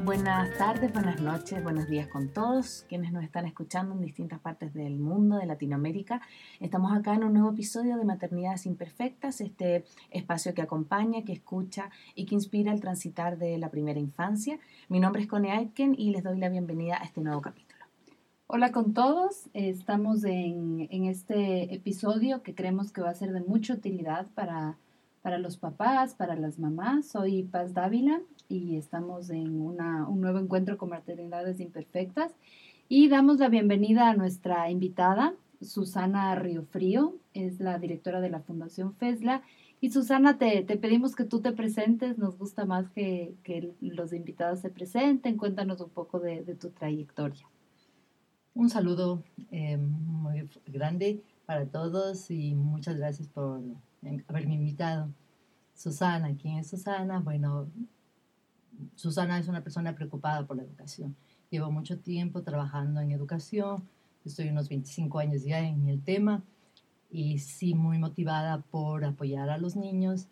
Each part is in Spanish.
Buenas tardes, buenas noches, buenos días con todos quienes nos están escuchando en distintas partes del mundo, de Latinoamérica. Estamos acá en un nuevo episodio de Maternidades Imperfectas, este espacio que acompaña, que escucha y que inspira el transitar de la primera infancia. Mi nombre es Connie Aitken y les doy la bienvenida a este nuevo capítulo. Hola con todos, estamos en este episodio que creemos que va a ser de mucha utilidad para los papás, para las mamás. Soy Paz Dávila y estamos en un nuevo encuentro con Maternidades Imperfectas y damos la bienvenida a nuestra invitada, Susana Riofrío, es la directora de la Fundación FESLA. Y Susana, te pedimos que tú te presentes, nos gusta más que los invitados se presenten, cuéntanos un poco de tu trayectoria. Un saludo muy grande para todos y muchas gracias por haberme invitado. Susana, ¿quién es Susana? Bueno, Susana es una persona preocupada por la educación. Llevo mucho tiempo trabajando en educación, estoy unos 25 años ya en el tema y sí muy motivada por apoyar a los niños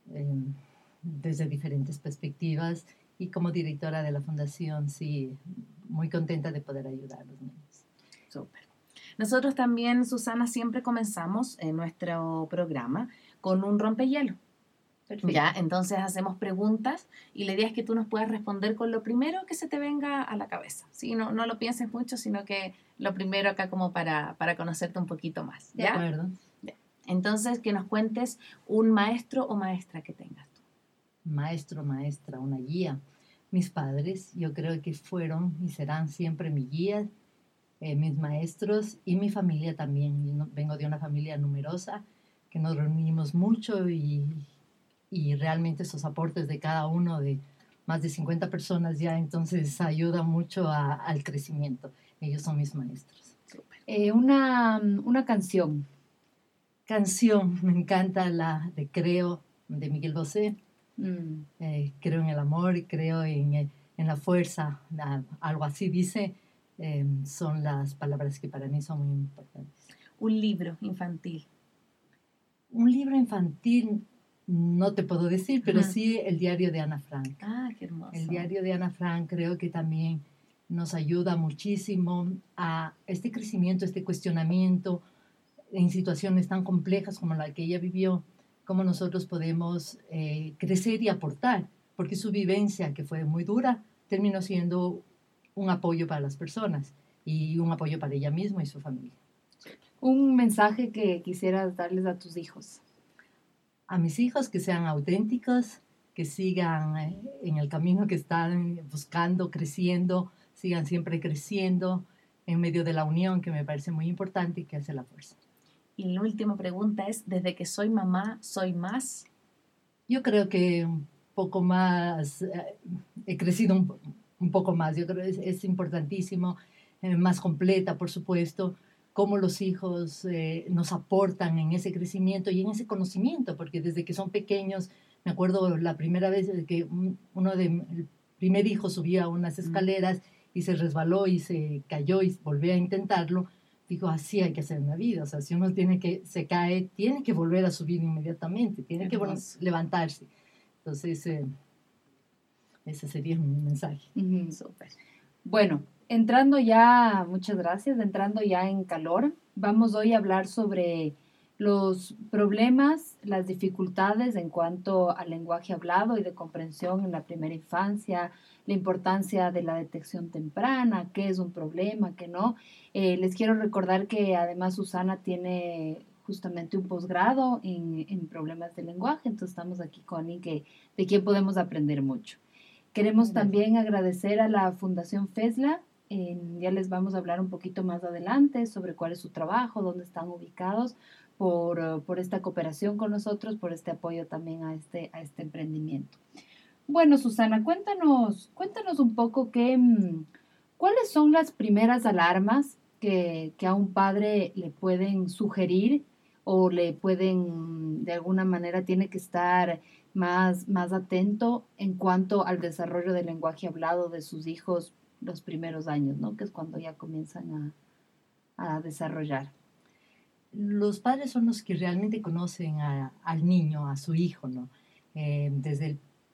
desde diferentes perspectivas y como directora de la fundación, sí, muy contenta de poder ayudar a los niños. Súper. Nosotros también, Susana, siempre comenzamos en nuestro programa con un rompehielo. Perfecto. Ya, entonces hacemos preguntas y la idea es que tú nos puedas responder con lo primero que se te venga a la cabeza. ¿Sí? No lo pienses mucho, sino que lo primero acá como para conocerte un poquito más. ¿Ya? De acuerdo. Ya. Entonces, que nos cuentes un maestro o maestra que tengas tú. Maestro, maestra, una guía. Mis padres, yo creo que fueron y serán siempre mi guía, mis maestros y mi familia también. Yo vengo de una familia numerosa que nos reunimos mucho y realmente esos aportes de cada uno de más de 50 personas ya, entonces ayuda mucho al crecimiento. Ellos son mis maestros. Una canción. Canción, me encanta la de Creo, de Miguel Bosé. Creo en el amor y creo en la fuerza, algo así dice, son las palabras que para mí son muy importantes. Un libro infantil. Un libro infantil no te puedo decir, pero sí el diario de Ana Frank. Ah, qué hermoso. El diario de Ana Frank creo que también nos ayuda muchísimo a este crecimiento, este cuestionamiento en situaciones tan complejas como la que ella vivió, cómo nosotros podemos crecer y aportar, porque su vivencia, que fue muy dura, terminó siendo un apoyo para las personas y un apoyo para ella misma y su familia. Un mensaje que quisieras darles a tus hijos. A mis hijos que sean auténticos, que sigan en el camino que están buscando, creciendo, sigan siempre creciendo en medio de la unión, que me parece muy importante y que hace la fuerza. Y la última pregunta es, ¿desde que soy mamá, soy más? Yo creo que un poco más, he crecido un poco más, yo creo que es importantísimo, más completa, por supuesto, cómo los hijos nos aportan en ese crecimiento y en ese conocimiento, porque desde que son pequeños, me acuerdo la primera vez que el primer hijo subía unas escaleras y se resbaló y se cayó y volvió a intentarlo. Digo, así hay que hacer en la vida, o sea, si uno se cae, tiene que volver a subir inmediatamente, tiene que levantarse. Entonces, ese sería mi mensaje. Súper. Bueno, muchas gracias, entrando ya en calor, vamos hoy a hablar sobre los problemas, las dificultades en cuanto al lenguaje hablado y de comprensión en la primera infancia, la importancia de la detección temprana, qué es un problema, qué no. Les quiero recordar que además Susana tiene justamente un posgrado en problemas de lenguaje, entonces estamos aquí con alguien de quien podemos aprender mucho. Queremos también agradecer a la Fundación FESLA. Ya les vamos a hablar un poquito más adelante sobre cuál es su trabajo, dónde están ubicados, por esta cooperación con nosotros, por este apoyo también a este emprendimiento. Bueno, Susana, cuéntanos un poco cuáles son las primeras alarmas que a un padre le pueden sugerir o le pueden, de alguna manera, tiene que estar más atento en cuanto al desarrollo del lenguaje hablado de sus hijos los primeros años, ¿no? Que es cuando ya comienzan a desarrollar. Los padres son los que realmente conocen al niño, a su hijo, ¿no? Desde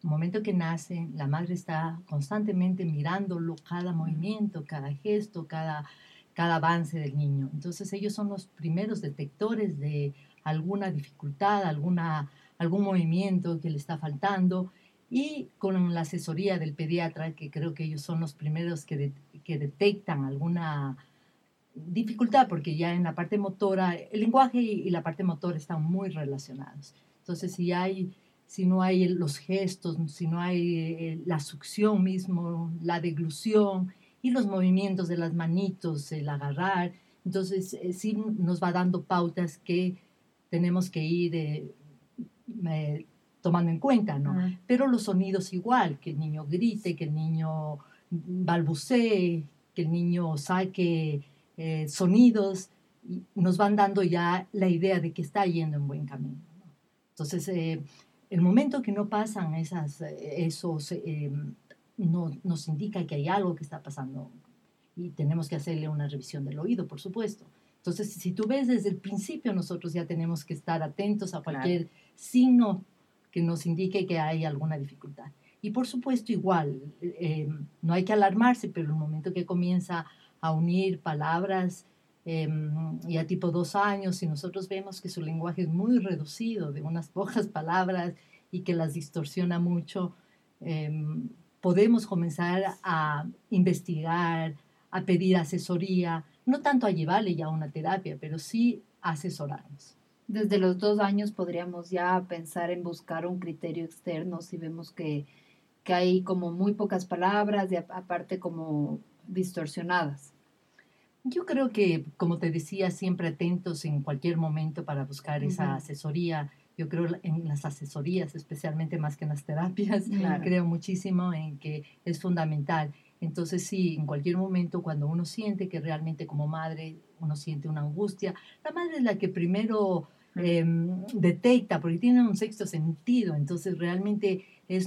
momento que nace, la madre está constantemente mirándolo, cada movimiento, cada gesto, cada avance del niño. Entonces ellos son los primeros detectores de alguna dificultad, algún movimiento que le está faltando, y con la asesoría del pediatra, que creo que ellos son los primeros que detectan alguna dificultad, porque ya en la parte motora, el lenguaje y la parte motora están muy relacionados. Entonces, si no hay los gestos, si no hay la succión mismo, la deglución y los movimientos de las manitos, el agarrar, entonces sí nos va dando pautas que tenemos que ir tomando en cuenta, ¿no? Pero los sonidos igual, que el niño grite, que el niño balbucee, que el niño saque sonidos, nos van dando ya la idea de que está yendo en buen camino, ¿no? Entonces, el momento que no pasan nos indica que hay algo que está pasando y tenemos que hacerle una revisión del oído, por supuesto. Entonces, si tú ves desde el principio, nosotros ya tenemos que estar atentos a cualquier signo que nos indique que hay alguna dificultad. Y por supuesto, igual, no hay que alarmarse, pero el momento que comienza a unir palabras, ya tipo 2 años, y nosotros vemos que su lenguaje es muy reducido, de unas pocas palabras, y que las distorsiona mucho, podemos comenzar a investigar, a pedir asesoría, no tanto a llevarle ya a una terapia, pero sí a asesorarnos. Desde los 2 años podríamos ya pensar en buscar un criterio externo si vemos que hay como muy pocas palabras y aparte como distorsionadas. Yo creo que, como te decía, siempre atentos en cualquier momento para buscar esa asesoría. Yo creo en las asesorías, especialmente más que en las terapias. Creo muchísimo en que es fundamental. Entonces, sí, en cualquier momento, cuando uno siente que realmente como madre, uno siente una angustia, la madre es la que primero detecta, porque tiene un sexto sentido. Entonces, realmente es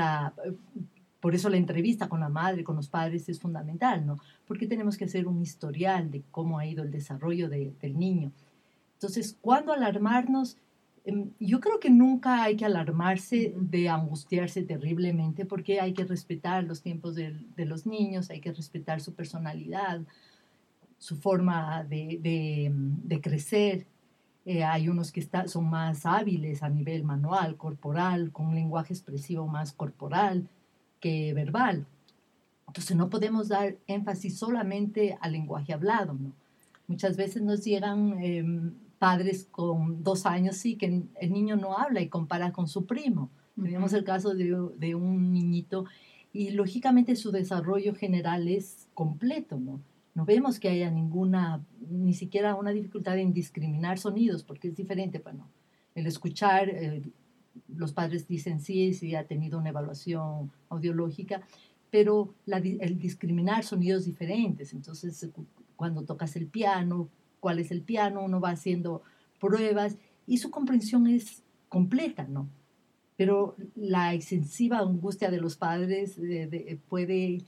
por eso la entrevista con la madre, con los padres es fundamental, ¿no? Porque tenemos que hacer un historial de cómo ha ido el desarrollo del niño. Entonces, ¿cuándo alarmarnos? Yo creo que nunca hay que alarmarse de angustiarse terriblemente, porque hay que respetar los tiempos de los niños, hay que respetar su personalidad, su forma de crecer. Hay unos que son más hábiles a nivel manual, corporal, con un lenguaje expresivo más corporal que verbal. Entonces no podemos dar énfasis solamente al lenguaje hablado, ¿no? Muchas veces nos llegan padres con 2 años, sí, que el niño no habla y compara con su primo. Tenemos el caso de un niñito y lógicamente su desarrollo general es completo, ¿no? No vemos que haya ni siquiera una dificultad en discriminar sonidos, porque es diferente, bueno, el escuchar, los padres dicen sí ha tenido una evaluación audiológica, pero el discriminar sonidos diferentes. Entonces, cuando tocas el piano, cuál es el piano, uno va haciendo pruebas y su comprensión es completa, ¿no? Pero la excesiva angustia de los padres puede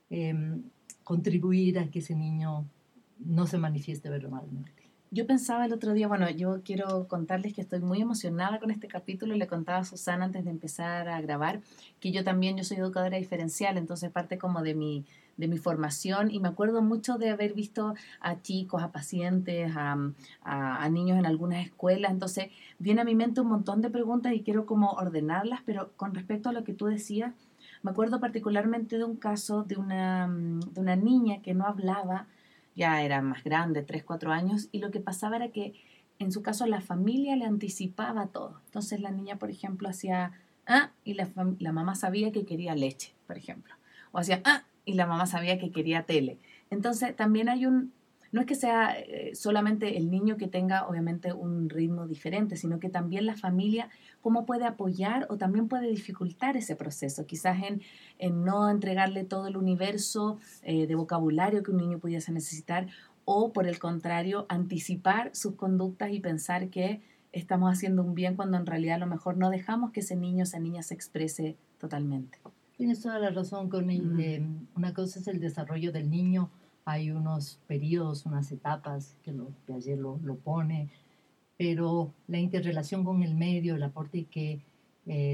contribuir a que ese niño no se manifieste verbalmente. Yo pensaba el otro día, bueno, yo quiero contarles que estoy muy emocionada con este capítulo. Le contaba a Susana antes de empezar a grabar que yo soy educadora diferencial, entonces parte como de mi formación, y me acuerdo mucho de haber visto a chicos, a pacientes, a niños en algunas escuelas. Entonces viene a mi mente un montón de preguntas y quiero como ordenarlas, pero con respecto a lo que tú decías, me acuerdo particularmente de un caso de una niña que no hablaba. Ya era más grande, 3, 4 años, y lo que pasaba era que en su caso la familia le anticipaba todo. Entonces la niña, por ejemplo, hacía y la mamá sabía que quería leche, por ejemplo. O hacía y la mamá sabía que quería tele. Entonces también no es que sea solamente el niño que tenga obviamente un ritmo diferente, sino que también la familia cómo puede apoyar o también puede dificultar ese proceso, quizás en no entregarle todo el universo de vocabulario que un niño pudiese necesitar, o por el contrario, anticipar sus conductas y pensar que estamos haciendo un bien cuando en realidad a lo mejor no dejamos que ese niño o esa niña se exprese totalmente. Tienes toda la razón, Connie. Una cosa es el desarrollo del niño. Hay unos periodos, unas etapas que Piaget lo pone, pero la interrelación con el medio, el aporte que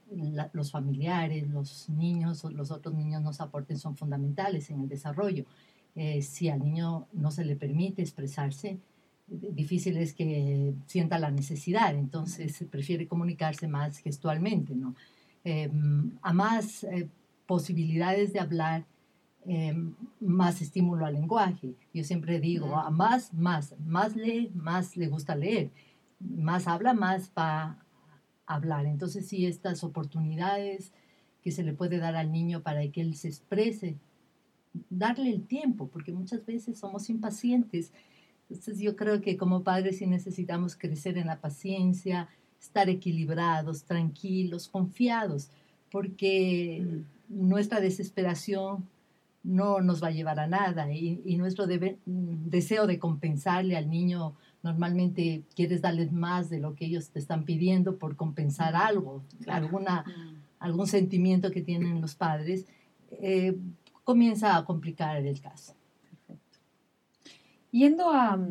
los familiares, los niños o los otros niños nos aporten son fundamentales en el desarrollo. Si al niño no se le permite expresarse, difícil es que sienta la necesidad, entonces prefiere comunicarse más gestualmente, ¿no? A más posibilidades de hablar, más estímulo al lenguaje. Yo siempre digo, a más lee, más le gusta leer, más habla, más va a hablar. Entonces sí, estas oportunidades que se le puede dar al niño para que él se exprese, darle el tiempo, porque muchas veces somos impacientes. Entonces yo creo que como padres sí necesitamos crecer en la paciencia, estar equilibrados, tranquilos, confiados, porque nuestra desesperación no nos va a llevar a nada y nuestro deseo de compensarle al niño, normalmente quieres darles más de lo que ellos te están pidiendo por compensar algo, claro. Algún sentimiento que tienen los padres, comienza a complicar el caso. Perfecto. Yendo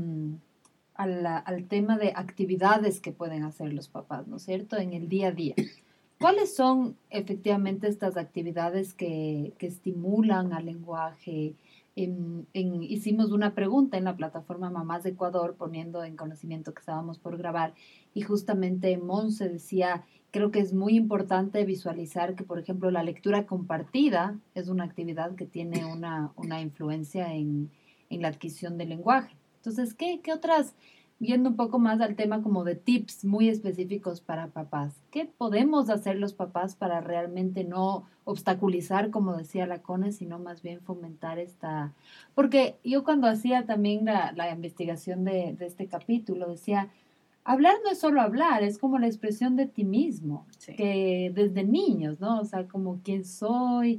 al tema de actividades que pueden hacer los papás, ¿no es cierto?, en el día a día. ¿Cuáles son efectivamente estas actividades que estimulan al lenguaje? Hicimos una pregunta en la plataforma Mamás de Ecuador, poniendo en conocimiento que estábamos por grabar, y justamente Monse decía, creo que es muy importante visualizar que, por ejemplo, la lectura compartida es una actividad que tiene una influencia en la adquisición del lenguaje. Entonces, ¿qué otras... Yendo un poco más al tema como de tips muy específicos para papás? ¿Qué podemos hacer los papás para realmente no obstaculizar, como decía la Cone, sino más bien fomentar esta... Porque yo cuando hacía también la investigación de este capítulo, decía, hablar no es solo hablar, es como la expresión de ti mismo, sí. Que desde niños, ¿no? O sea, como quién soy,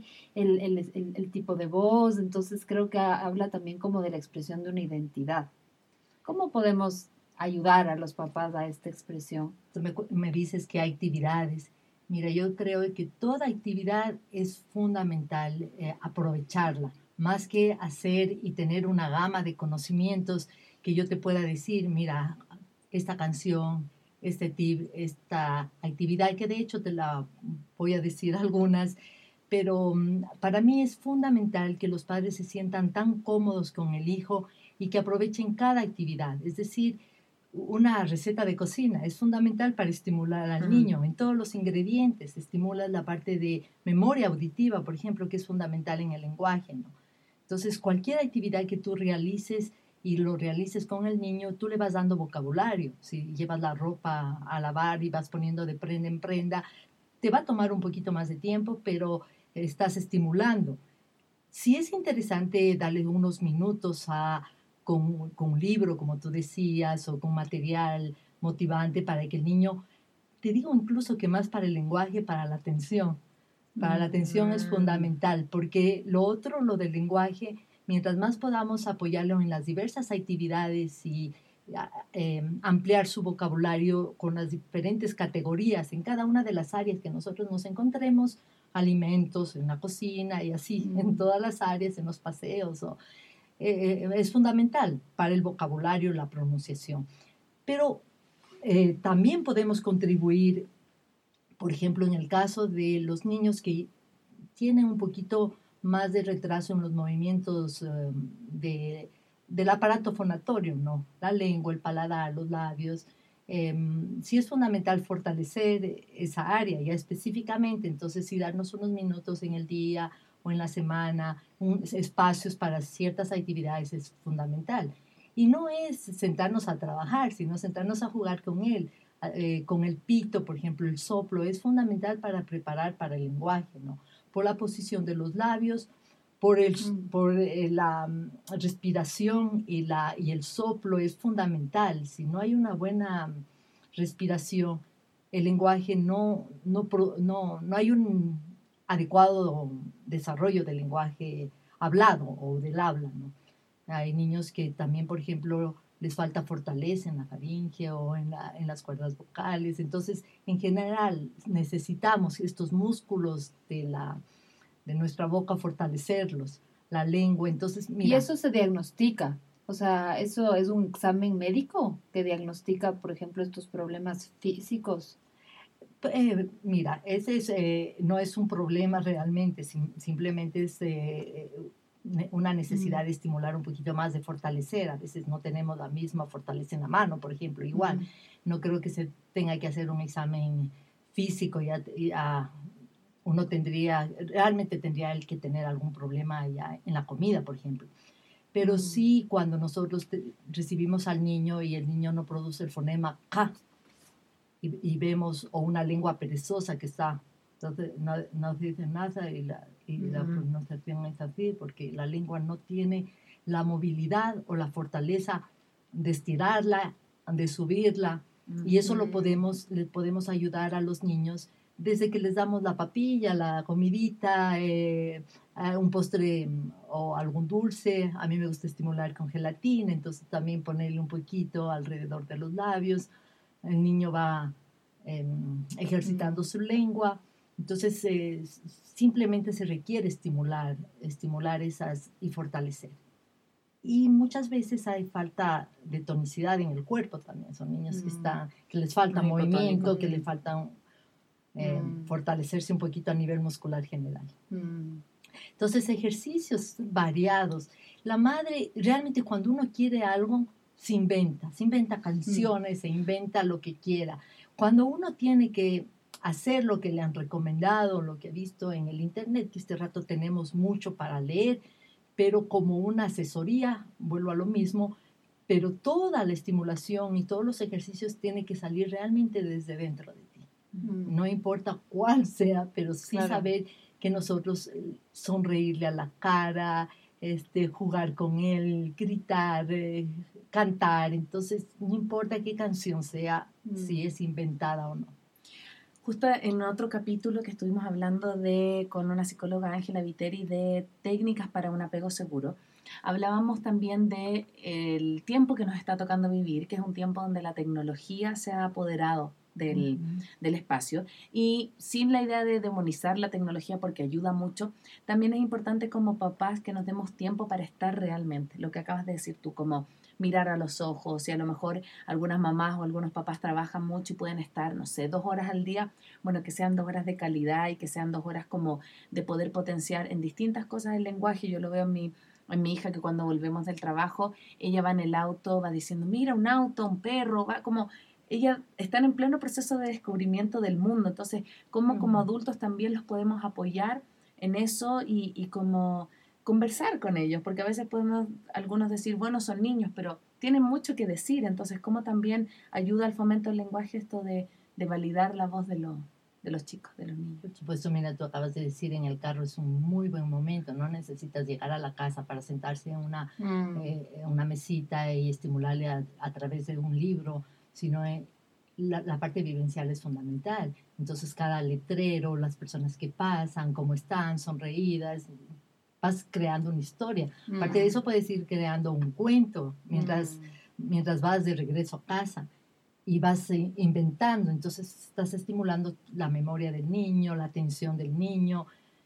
el tipo de voz, entonces creo que habla también como de la expresión de una identidad. ¿Cómo podemos ayudar a los papás a esta expresión? Me dices que hay actividades. Mira, yo creo que toda actividad es fundamental aprovecharla, más que hacer y tener una gama de conocimientos que yo te pueda decir, mira, esta canción, este tip, esta actividad, que de hecho te la voy a decir algunas, pero para mí es fundamental que los padres se sientan tan cómodos con el hijo y que aprovechen cada actividad. Es decir, una receta de cocina es fundamental para estimular al niño en todos los ingredientes. Estimula la parte de memoria auditiva, por ejemplo, que es fundamental en el lenguaje, ¿no? Entonces, cualquier actividad que tú realices y lo realices con el niño, tú le vas dando vocabulario. Si llevas la ropa a lavar y vas poniendo de prenda en prenda, te va a tomar un poquito más de tiempo, pero estás estimulando. Sí es interesante darle unos minutos con un libro, como tú decías, o con material motivante para que el niño, te digo incluso que más para el lenguaje, para la atención. Para la atención es fundamental, porque lo del lenguaje, mientras más podamos apoyarlo en las diversas actividades y ampliar su vocabulario con las diferentes categorías en cada una de las áreas que nosotros nos encontremos, alimentos, en la cocina y así, en todas las áreas, en los paseos, es fundamental para el vocabulario, la pronunciación. Pero también podemos contribuir, por ejemplo, en el caso de los niños que tienen un poquito más de retraso en los movimientos del aparato fonatorio, ¿no? La lengua, el paladar, los labios. Sí es fundamental fortalecer esa área ya específicamente, entonces sí darnos unos minutos en el día o en la semana, espacios para ciertas actividades es fundamental. Y no es sentarnos a trabajar, sino sentarnos a jugar con él, con el pito, por ejemplo, el soplo, es fundamental para preparar para el lenguaje, ¿no? Por la posición de los labios, por la respiración y el soplo es fundamental. Si no hay una buena respiración, el lenguaje no hay un adecuado desarrollo del lenguaje hablado o del habla, ¿no? Hay niños que también, por ejemplo, les falta fortaleza en la faringe o en las cuerdas vocales. Entonces, en general, necesitamos estos músculos de nuestra boca fortalecerlos, la lengua. Entonces, mira. ¿Y eso se diagnostica? O sea, ¿eso es un examen médico que diagnostica, por ejemplo, estos problemas físicos? Mira, ese no es un problema realmente, simplemente es una necesidad de estimular un poquito más, de fortalecer. A veces no tenemos la misma fortaleza en la mano, por ejemplo, igual. No creo que se tenga que hacer un examen físico, uno realmente tendría el que tener algún problema ya en la comida, por ejemplo. Pero sí, cuando nosotros recibimos al niño y el niño no produce el fonema K, y vemos, o una lengua perezosa que está, entonces no dice nada y la pronunciación es así, porque la lengua no tiene la movilidad o la fortaleza de estirarla, de subirla, y eso le podemos ayudar a los niños desde que les damos la papilla, la comidita, un postre o algún dulce. A mí me gusta estimular con gelatina, entonces también ponerle un poquito alrededor de los labios. El niño va ejercitando su lengua. Entonces, simplemente se requiere estimular esas y fortalecer. Y muchas veces hay falta de tonicidad en el cuerpo también. Son niños que les falta movimiento, que les falta fortalecerse un poquito a nivel muscular general. Entonces, ejercicios variados. La madre, realmente cuando uno quiere algo, se inventa canciones, se inventa lo que quiera. Cuando uno tiene que hacer lo que le han recomendado, lo que ha visto en el internet, que este rato tenemos mucho para leer, pero como una asesoría, vuelvo a lo mismo, pero toda la estimulación y todos los ejercicios tienen que salir realmente desde dentro de ti. No importa cuál sea, pero sí saber que nosotros sonreírle a la cara, jugar con él, gritar, cantar. Entonces, no importa qué canción sea, si es inventada o no. Justo en otro capítulo que estuvimos hablando con una psicóloga, Ángela Viteri, de técnicas para un apego seguro, hablábamos también del tiempo que nos está tocando vivir, que es un tiempo donde la tecnología se ha apoderado del espacio, y sin la idea de demonizar la tecnología porque ayuda mucho, también es importante como papás que nos demos tiempo para estar realmente, lo que acabas de decir tú, como mirar a los ojos, y a lo mejor algunas mamás o algunos papás trabajan mucho y pueden estar, no sé, 2 horas al día, bueno, que sean 2 horas de calidad y que sean 2 horas como de poder potenciar en distintas cosas el lenguaje. Yo lo veo en mi hija, que cuando volvemos del trabajo, ella va en el auto, va diciendo, mira, un auto, un perro, va como... Ella están en pleno proceso de descubrimiento del mundo, entonces, ¿cómo como adultos también los podemos apoyar en eso y como conversar con ellos? Porque a veces podemos algunos decir, bueno, son niños, pero tienen mucho que decir, entonces, ¿cómo también ayuda al fomento del lenguaje esto de validar la voz de los chicos, de los niños? Por supuesto, mira, tú acabas de decir, en el carro es un muy buen momento, no necesitas llegar a la casa para sentarse en una mesita y estimularle a través de un libro, sino la parte vivencial es fundamental. Entonces, cada letrero, las personas que pasan, cómo están, sonreídas, vas creando una historia. Aparte de eso, puedes ir creando un cuento mientras vas de regreso a casa y vas inventando. Entonces, estás estimulando la memoria del niño, la atención del niño,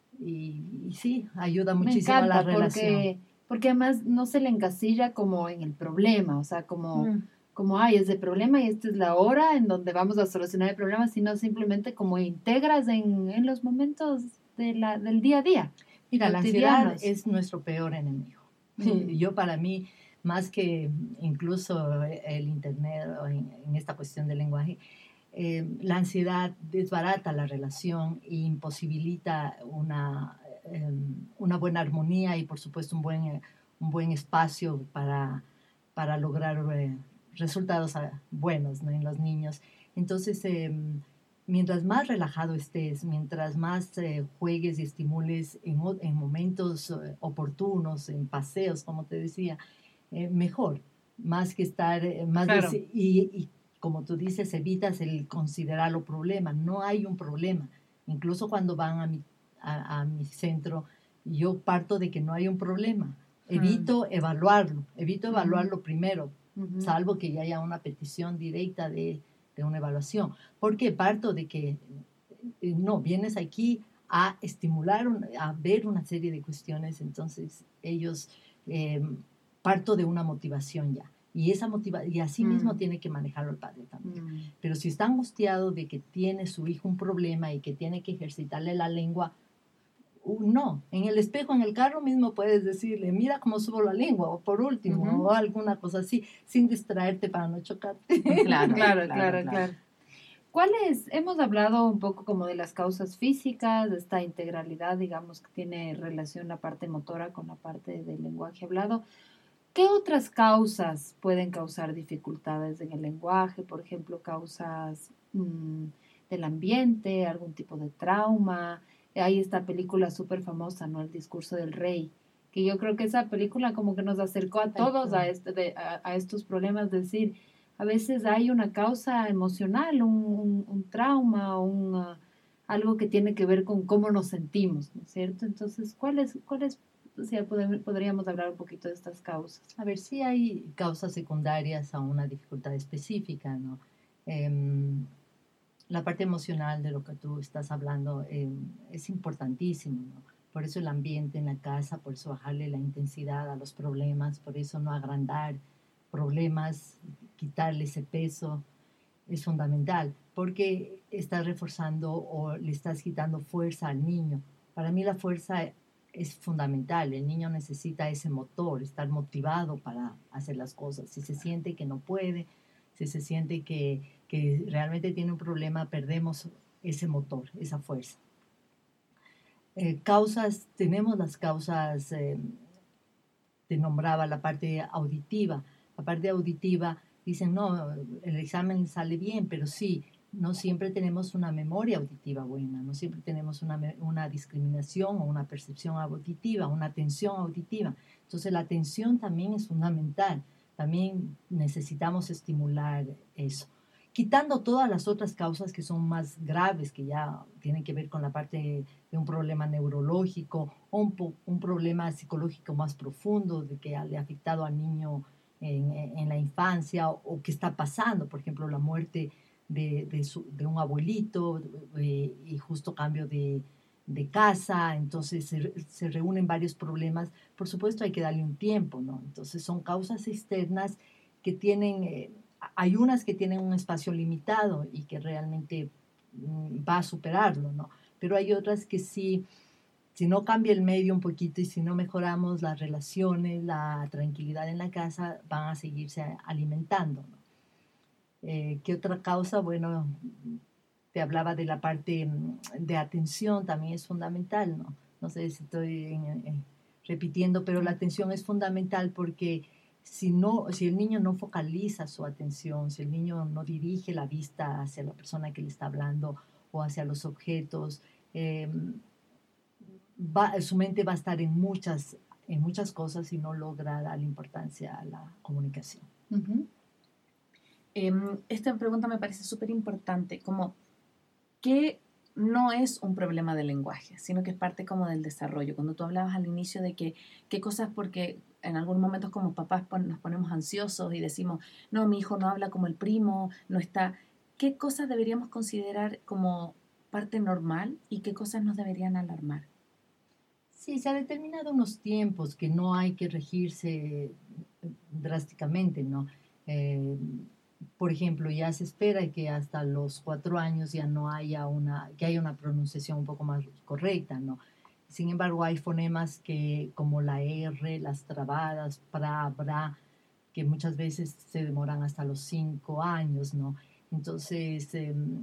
y sí, ayuda muchísimo a la relación. Porque además no se le encasilla como en el problema, o sea, como ay, es el problema y esta es la hora en donde vamos a solucionar el problema, sino simplemente como integras en los momentos del día a día. Mira, la ansiedad es nuestro peor enemigo. Yo, para mí, más que incluso el internet o en esta cuestión del lenguaje, la ansiedad desbarata la relación e imposibilita una buena armonía y, por supuesto, un buen espacio para lograr resultados buenos, ¿no?, en los niños. Entonces, mientras más relajado estés, mientras más juegues y estimules en momentos oportunos, en paseos, como te decía, mejor, más que estar, y como tú dices, evitas el considerarlo problema. No hay un problema. Incluso cuando van a mi centro, yo parto de que no hay un problema. Evito evaluarlo primero, salvo que ya haya una petición directa de una evaluación. Porque parto de que no, vienes aquí a estimular, a ver una serie de cuestiones, entonces ellos, parto de una motivación ya. Y y así mismo tiene que manejarlo el padre también. Pero si está angustiado de que tiene su hijo un problema y que tiene que ejercitarle la lengua, no, en el espejo, en el carro mismo puedes decirle, mira cómo subo la lengua, o por último, o alguna cosa así, sin distraerte para no chocarte. Claro. Hemos hablado un poco como de las causas físicas, de esta integralidad, digamos, que tiene relación la parte motora con la parte del lenguaje hablado. ¿Qué otras causas pueden causar dificultades en el lenguaje? Por ejemplo, causas del ambiente, algún tipo de trauma. Hay esta película súper famosa, ¿no? El discurso del rey, que yo creo que esa película como que nos acercó a todos a estos problemas, es decir, a veces hay una causa emocional, un trauma, algo que tiene que ver con cómo nos sentimos, ¿no es cierto? Entonces, ¿cuáles o sea, podríamos hablar un poquito de estas causas? A ver, sí hay causas secundarias a una dificultad específica, ¿no? La parte emocional de lo que tú estás hablando es importantísimo, ¿no? Por eso el ambiente en la casa, por eso bajarle la intensidad a los problemas, por eso no agrandar problemas, quitarle ese peso, es fundamental, porque estás reforzando o le estás quitando fuerza al niño. Para mí la fuerza es fundamental. El niño necesita ese motor, estar motivado para hacer las cosas. Si se siente que no puede, si se siente que realmente tiene un problema, perdemos ese motor, esa fuerza. Tenemos las causas, te nombraba la parte auditiva. La parte auditiva, dicen, no, el examen sale bien, pero sí, no siempre tenemos una memoria auditiva buena, no siempre tenemos una discriminación o una percepción auditiva, una atención auditiva. Entonces la atención también es fundamental, también necesitamos estimular eso. Quitando todas las otras causas que son más graves, que ya tienen que ver con la parte de un problema neurológico o un problema psicológico más profundo, de que le ha afectado al niño en la infancia o que está pasando, por ejemplo, la muerte de un abuelito y justo cambio de casa, entonces se reúnen varios problemas. Por supuesto hay que darle un tiempo, ¿no? Entonces son causas externas que tienen, hay unas que tienen un espacio limitado y que realmente va a superarlo, ¿no? Pero hay otras que sí, si no cambia el medio un poquito y si no mejoramos las relaciones, la tranquilidad en la casa, van a seguirse alimentando, ¿no? ¿Qué otra causa? Bueno, te hablaba de la parte de atención, también es fundamental, ¿no? No sé si estoy repitiendo, pero la atención es fundamental porque si el niño no focaliza su atención, si el niño no dirige la vista hacia la persona que le está hablando o hacia los objetos, su mente va a estar en muchas cosas y no logra dar importancia a la comunicación. Uh-huh. Esta pregunta me parece súper importante, como que no es un problema de lenguaje, sino que es parte como del desarrollo. Cuando tú hablabas al inicio de qué cosas, porque en algunos momentos como papás nos ponemos ansiosos y decimos, no, mi hijo no habla como el primo, no está. ¿Qué cosas deberíamos considerar como parte normal y qué cosas nos deberían alarmar? Sí, se ha determinado unos tiempos que no hay que regirse drásticamente, ¿no? Por ejemplo, ya se espera que hasta los 4 años ya no haya que haya una pronunciación un poco más correcta, ¿no? Sin embargo, hay fonemas como la R, las trabadas, pra, bra, que muchas veces se demoran hasta los 5 años, ¿no? Entonces,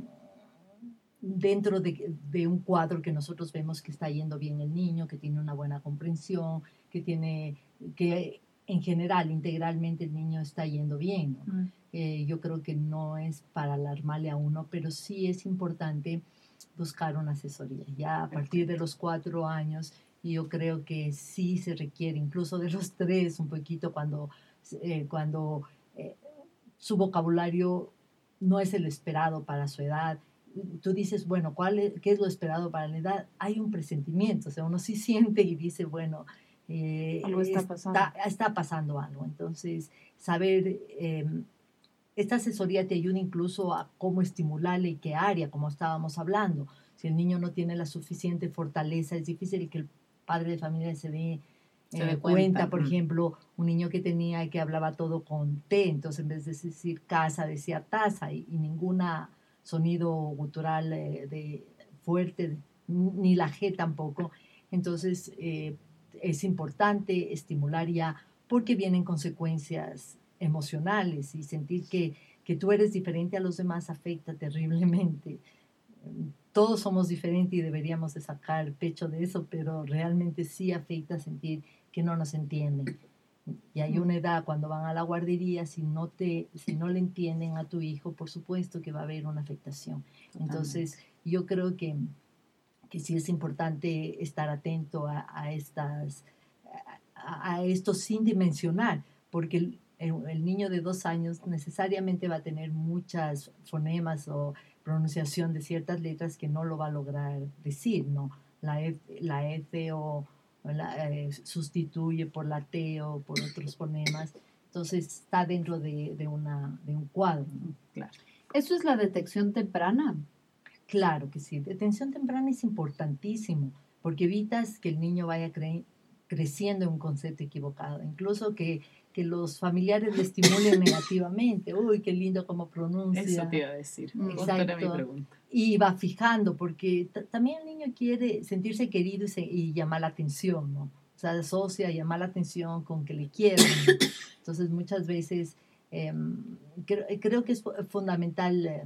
dentro de un cuadro que nosotros vemos que está yendo bien el niño, que tiene una buena comprensión, que en general, integralmente el niño está yendo bien, ¿no? Yo creo que no es para alarmarle a uno, pero sí es importante buscar una asesoría. Ya a partir de los 4 años, yo creo que sí se requiere, incluso de los 3, un poquito cuando su vocabulario no es el esperado para su edad. Tú dices, bueno, ¿qué es lo esperado para la edad? Hay un presentimiento, o sea, uno sí siente y dice, bueno, algo está pasando algo. Entonces, saber, esta asesoría te ayuda incluso a cómo estimularle y qué área, como estábamos hablando. Si el niño no tiene la suficiente fortaleza, es difícil que el padre de familia se dé Se dé cuenta, por Mm. ejemplo, un niño que tenía y que hablaba todo con T, entonces en vez de decir casa decía taza y ninguna sonido gutural fuerte, ni la G tampoco. Entonces es importante estimular ya porque vienen consecuencias emocionales y sentir que tú eres diferente a los demás afecta terriblemente. Todos somos diferentes y deberíamos de sacar pecho de eso, pero realmente sí afecta sentir que no nos entienden. Y hay una edad cuando van a la guardería, si no le entienden a tu hijo, por supuesto que va a haber una afectación. Entonces, yo creo que sí es importante estar atento a esto sin dimensionar, porque el niño de 2 años necesariamente va a tener muchas fonemas o pronunciación de ciertas letras que no lo va a lograr decir, ¿no? La F sustituye por la T o por otros fonemas. Entonces está dentro de un cuadro, ¿no? Claro. ¿Eso es la detección temprana? Claro que sí. Detención temprana es importantísimo porque evitas que el niño vaya creciendo en un concepto equivocado. Incluso que los familiares le estimulen negativamente. Uy, qué lindo cómo pronuncia. Eso te iba a decir. Exacto. Era mi pregunta. Y va fijando, porque también el niño quiere sentirse querido y llamar la atención, ¿no? O sea, asocia llamar la atención con que le quieren. Entonces, muchas veces creo que es fundamental.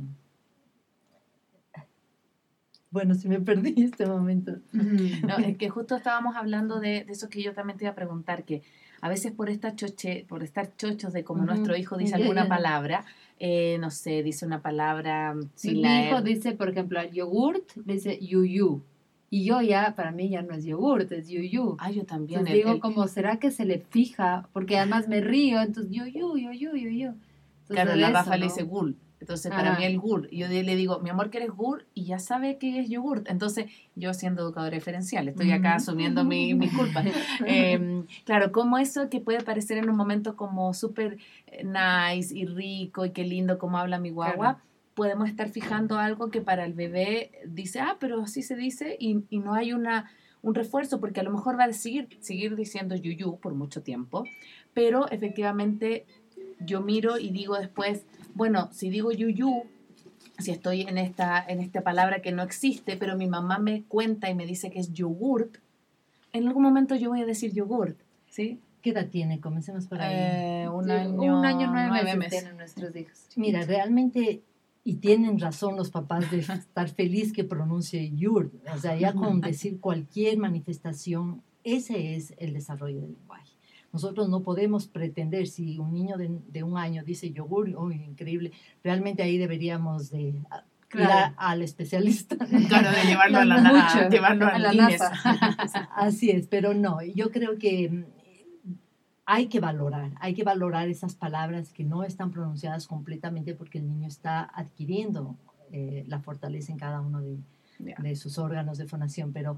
Bueno, si me perdí este momento. No, es que justo estábamos hablando de eso que yo también te iba a preguntar, que a veces por estar chochos de como nuestro hijo dice alguna palabra, no sé, dice una palabra... Mi hijo dice, por ejemplo, al yogurt, dice yuyu. Y yo para mí ya no es yogurt, es yuyu. Ah, yo también. Entonces digo, como, ¿será que se le fija? Porque además me río, entonces yuyu. Entonces, claro, la Rafa le dice gul. Entonces, para mí el gur, yo le digo, mi amor, ¿quieres gur? Y ya sabe que es yogurt. Entonces, yo siendo educadora diferencial, estoy acá asumiendo mis culpas. Claro, como eso que puede parecer en un momento como súper nice y rico y qué lindo como habla mi guagua, podemos estar fijando algo que para el bebé dice, pero así se dice y no hay un refuerzo, porque a lo mejor va a seguir diciendo yuyu por mucho tiempo, pero efectivamente yo miro y digo después, bueno, si digo yuyu, si estoy en esta palabra que no existe, pero mi mamá me cuenta y me dice que es yogurt, en algún momento yo voy a decir yogurt, ¿sí? ¿Qué edad tiene? Comencemos por ahí. Un año, 9 meses tienen nuestros hijos. Mira, realmente, y tienen razón los papás de estar feliz que pronuncie yurt. O sea, ya con decir cualquier manifestación, ese es el desarrollo del lenguaje. Nosotros no podemos pretender, si un niño de 1 año dice yogur, uy, increíble, realmente ahí deberíamos de ir al especialista. Claro, de llevarlo a la NASA. Así es, pero no, yo creo que hay que valorar esas palabras que no están pronunciadas completamente porque el niño está adquiriendo la fortaleza en cada uno de sus órganos de fonación, pero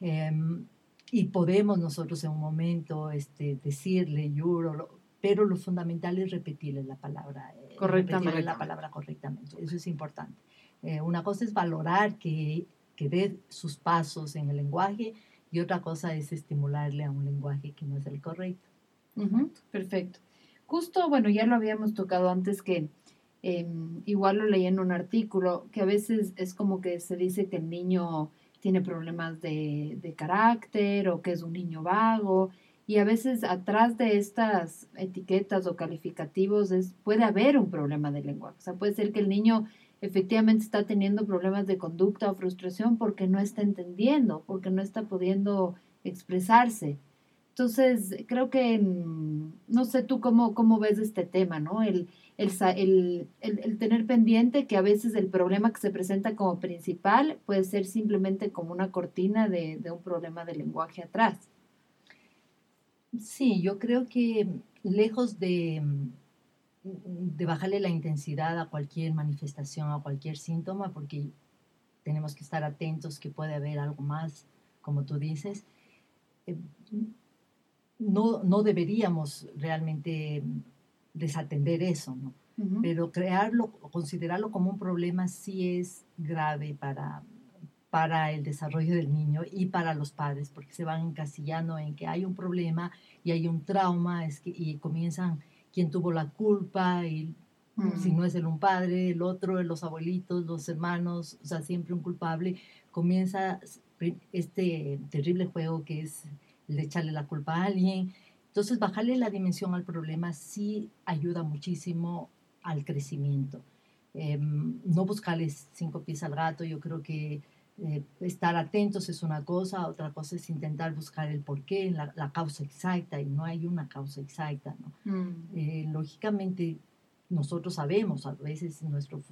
y podemos nosotros en un momento decirle pero lo fundamental es repetirle la palabra correctamente. Eso es importante. Una cosa es valorar que dé sus pasos en el lenguaje y otra cosa es estimularle a un lenguaje que no es el correcto. Perfecto. Justo, bueno, ya lo habíamos tocado antes que igual lo leí en un artículo, que a veces es como que se dice que el niño tiene problemas de carácter o que es un niño vago, y a veces atrás de estas etiquetas o calificativos puede haber un problema de lenguaje. O sea, puede ser que el niño efectivamente está teniendo problemas de conducta o frustración porque no está entendiendo, porque no está pudiendo expresarse. Entonces, creo que, no sé tú cómo ves este tema, ¿no? El tener pendiente que a veces el problema que se presenta como principal puede ser simplemente como una cortina de un problema de lenguaje atrás. Sí, yo creo que lejos de bajarle la intensidad a cualquier manifestación, a cualquier síntoma, porque tenemos que estar atentos que puede haber algo más, como tú dices, no deberíamos realmente desatender eso, ¿no? Pero considerarlo como un problema sí es grave para el desarrollo del niño y para los padres, porque se van encasillando en que hay un problema y hay un trauma, y comienzan quién tuvo la culpa, y si no es un padre, el otro, los abuelitos, los hermanos, o sea, siempre un culpable. Comienza este terrible juego que es el de echarle la culpa a alguien. Entonces, bajarle la dimensión al problema sí ayuda muchísimo al crecimiento. No buscarles 5 pies al gato. Yo creo que estar atentos es una cosa, otra cosa es intentar buscar el porqué, la causa exacta, y no hay una causa exacta, ¿no? Lógicamente, nosotros sabemos a veces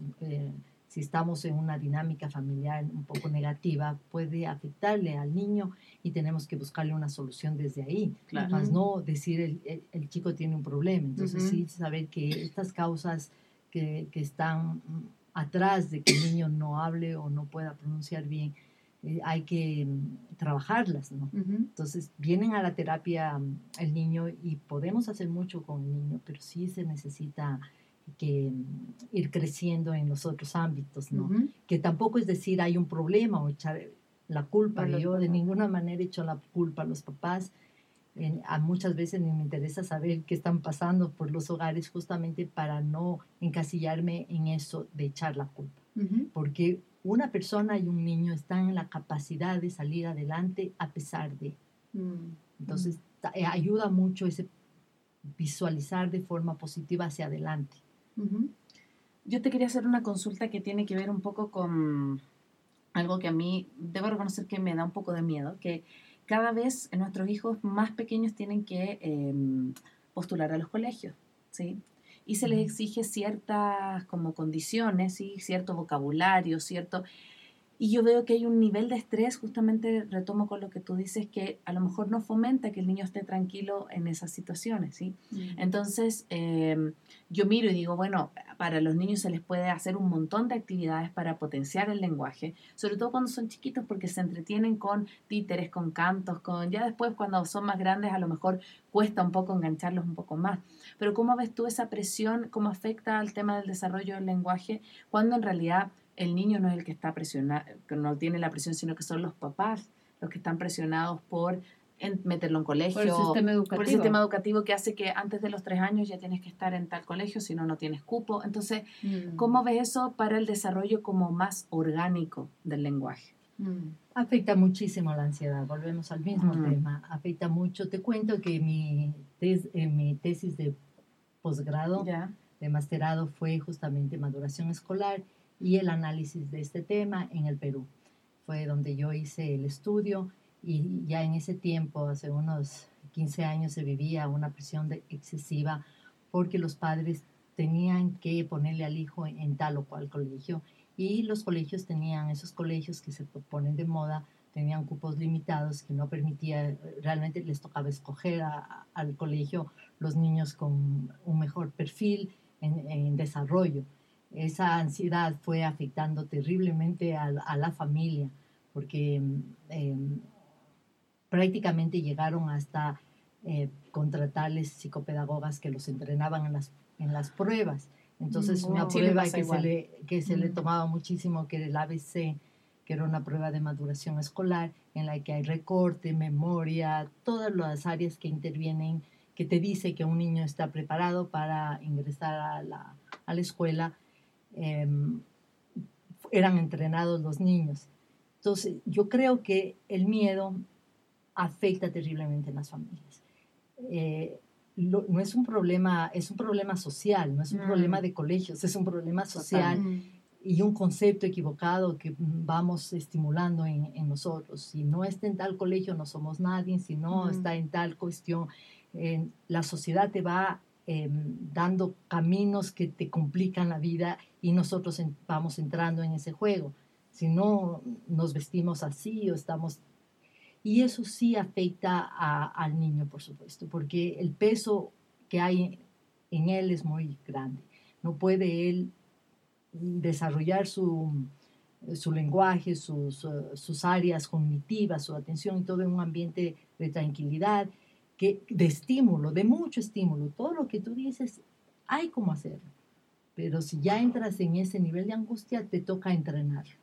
si estamos en una dinámica familiar un poco negativa, puede afectarle al niño y tenemos que buscarle una solución desde ahí. Claro. Más no decir el chico tiene un problema. Entonces sí saber que estas causas que están atrás de que el niño no hable o no pueda pronunciar bien, hay que trabajarlas, ¿no? Entonces vienen a la terapia el niño y podemos hacer mucho con el niño, pero sí se necesita que ir creciendo en los otros ámbitos, ¿no? Que tampoco es decir hay un problema o echar la culpa. Bueno, yo de ninguna manera echo la culpa a los papás. A muchas veces ni me interesa saber qué están pasando por los hogares, justamente para no encasillarme en eso de echar la culpa. Porque una persona y un niño están en la capacidad de salir adelante a pesar de. Entonces ayuda mucho ese visualizar de forma positiva hacia adelante. Yo te quería hacer una consulta que tiene que ver un poco con algo que a mí debo reconocer que me da un poco de miedo, que cada vez nuestros hijos más pequeños tienen que postular a los colegios, ¿sí? Y se les exige ciertas como condiciones, ¿sí? Cierto vocabulario, cierto... Y yo veo que hay un nivel de estrés, justamente retomo con lo que tú dices, que a lo mejor no fomenta que el niño esté tranquilo en esas situaciones, ¿sí? Entonces, yo miro y digo, bueno, para los niños se les puede hacer un montón de actividades para potenciar el lenguaje, sobre todo cuando son chiquitos, porque se entretienen con títeres, con cantos, ya después cuando son más grandes a lo mejor cuesta un poco engancharlos un poco más. Pero ¿cómo ves tú esa presión? ¿Cómo afecta al tema del desarrollo del lenguaje? Cuando en realidad el niño no es el que está presionado, que no tiene la presión, sino que son los papás los que están presionados por meterlo en colegio. Por el sistema educativo que hace que antes de los 3 años ya tienes que estar en tal colegio, si no, no tienes cupo. Entonces, ¿cómo ves eso para el desarrollo como más orgánico del lenguaje? Afecta muchísimo la ansiedad, volvemos al mismo tema, afecta mucho. Te cuento que mi tesis de posgrado, de masterado, fue justamente maduración escolar y el análisis de este tema en el Perú. Fue donde yo hice el estudio, y ya en ese tiempo, hace unos 15 años, se vivía una presión excesiva porque los padres tenían que ponerle al hijo en tal o cual colegio, y los colegios esos colegios que se ponen de moda, tenían cupos limitados que no permitía, realmente les tocaba escoger al colegio los niños con un mejor perfil en desarrollo. Esa ansiedad fue afectando terriblemente a la familia, porque prácticamente llegaron hasta contratarles psicopedagogas que los entrenaban en las pruebas. Entonces, una prueba que se le tomaba muchísimo, que era el ABC, que era una prueba de maduración escolar, en la que hay recorte, memoria, todas las áreas que intervienen, que te dice que un niño está preparado para ingresar a la escuela. Eran entrenados los niños. Entonces, yo creo que el miedo afecta terriblemente en las familias. No es un problema, es un problema social, no es un problema de colegios, es un problema social y un concepto equivocado que vamos estimulando en nosotros. Si no está en tal colegio, no somos nadie. Si no está en tal cuestión, la sociedad te va dando caminos que te complican la vida, y nosotros vamos entrando en ese juego. Si no nos vestimos así o estamos... Y eso sí afecta al niño, por supuesto, porque el peso que hay en él es muy grande. No puede él desarrollar su lenguaje, sus áreas cognitivas, su atención, y todo en un ambiente de tranquilidad, de estímulo, de mucho estímulo. Todo lo que tú dices, hay cómo hacerlo. Pero si ya entras en ese nivel de angustia, te toca entrenar.